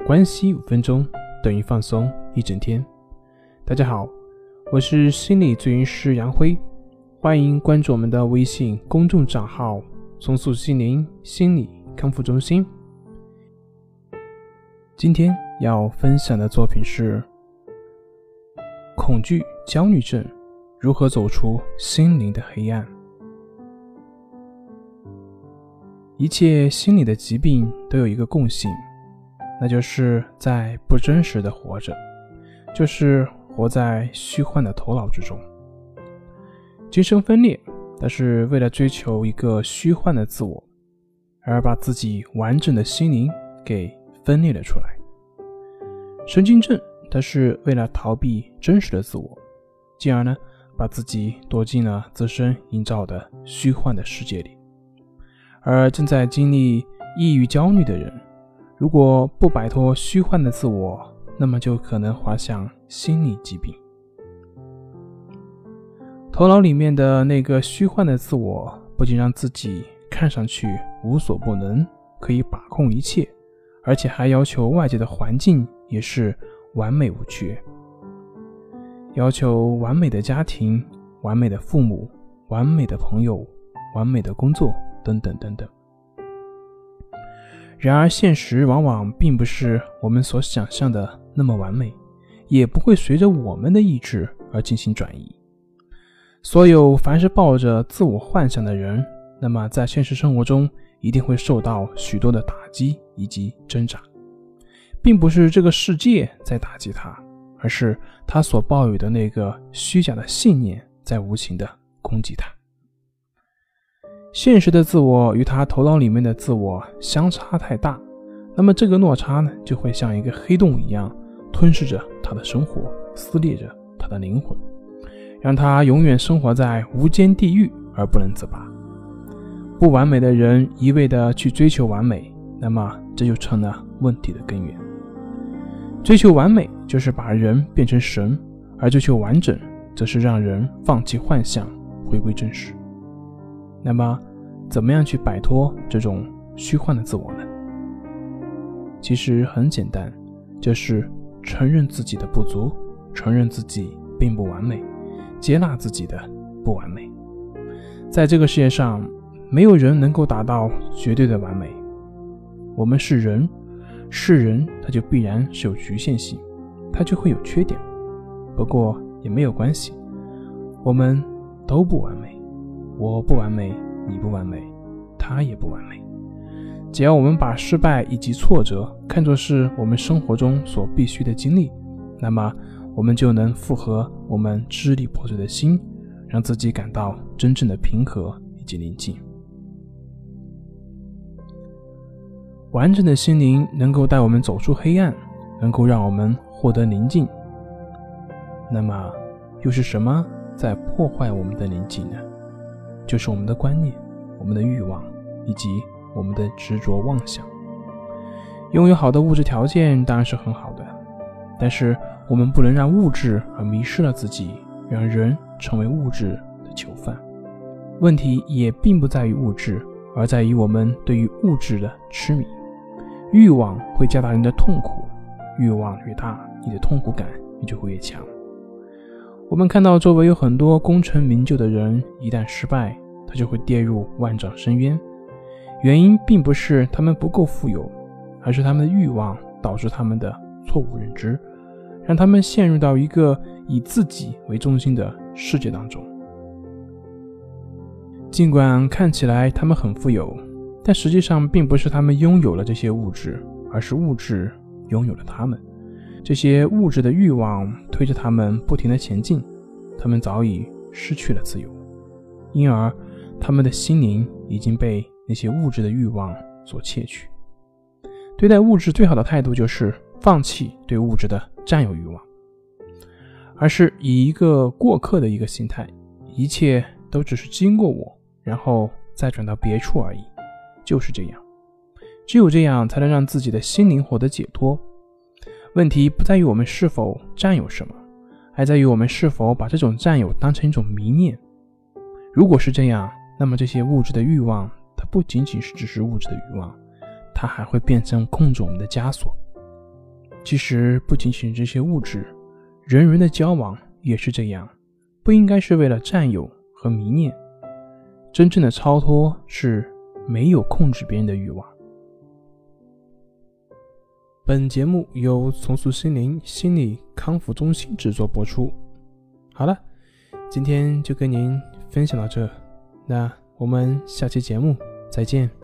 关系5分钟等于放松一整天。大家好，我是心理咨询师杨辉，欢迎关注我们的微信公众账号重塑心灵心理康复中心。今天要分享的作品是恐惧焦虑症如何走出心灵的黑暗。一切心理的疾病都有一个共性，那就是在不真实的活着，就是活在虚幻的头脑之中。精神分裂，但是为了追求一个虚幻的自我，而把自己完整的心灵给分裂了出来。神经症，但是为了逃避真实的自我，进而把自己躲进了自身营造的虚幻的世界里。而正在经历抑郁焦虑的人，如果不摆脱虚幻的自我，那么就可能滑向心理疾病。头脑里面的那个虚幻的自我，不仅让自己看上去无所不能，可以把控一切，而且还要求外界的环境也是完美无缺，要求完美的家庭、完美的父母、完美的朋友、完美的工作等等等等。然而现实往往并不是我们所想象的那么完美，也不会随着我们的意志而进行转移。所有凡是抱着自我幻想的人，那么在现实生活中一定会受到许多的打击以及挣扎，并不是这个世界在打击他，而是他所抱有的那个虚假的信念在无情地攻击他。现实的自我与他头脑里面的自我相差太大，那么这个落差就会像一个黑洞一样吞噬着他的生活，撕裂着他的灵魂，让他永远生活在无间地狱而不能自拔。不完美的人一味地去追求完美，那么这就成了问题的根源。追求完美就是把人变成神，而追求完整则是让人放弃幻象，回归真实。那么怎么样去摆脱这种虚幻的自我呢？其实很简单，就是承认自己的不足，承认自己并不完美，接纳自己的不完美。在这个世界上，没有人能够达到绝对的完美。我们是人，是人它就必然是有局限性，它就会有缺点。不过也没有关系，我们都不完美，我不完美，你不完美，他也不完美。只要我们把失败以及挫折看作是我们生活中所必须的经历，那么我们就能复合我们支离破碎的心，让自己感到真正的平和以及宁静。完整的心灵能够带我们走出黑暗，能够让我们获得宁静。那么又是什么在破坏我们的宁静呢？就是我们的观念、我们的欲望以及我们的执着妄想。拥有好的物质条件当然是很好的，但是我们不能让物质而迷失了自己，让人成为物质的囚犯。问题也并不在于物质，而在于我们对于物质的痴迷。欲望会加大人的痛苦，欲望越大，你的痛苦感也就会越强。我们看到周围有很多功成名就的人，一旦失败，他就会跌入万丈深渊。原因并不是他们不够富有，而是他们的欲望导致他们的错误认知，让他们陷入到一个以自己为中心的世界当中。尽管看起来他们很富有，但实际上并不是他们拥有了这些物质，而是物质拥有了他们。这些物质的欲望推着他们不停地前进，他们早已失去了自由，因而他们的心灵已经被那些物质的欲望所窃取。对待物质最好的态度就是放弃对物质的占有欲望，而是以一个过客的一个心态，一切都只是经过我，然后再转到别处而已。就是这样，只有这样才能让自己的心灵获得解脱。问题不在于我们是否占有什么，还在于我们是否把这种占有当成一种迷念。如果是这样，那么这些物质的欲望，它不仅仅是只是物质的欲望，它还会变成控制我们的枷锁。 其实不仅仅这些物质，人的交往也是这样，不应该是为了占有和迷恋。真正的超脱是没有控制别人的欲望。本节目由重塑心灵心理康复中心制作播出。好了，今天就跟您分享到这，那我们下期节目再见。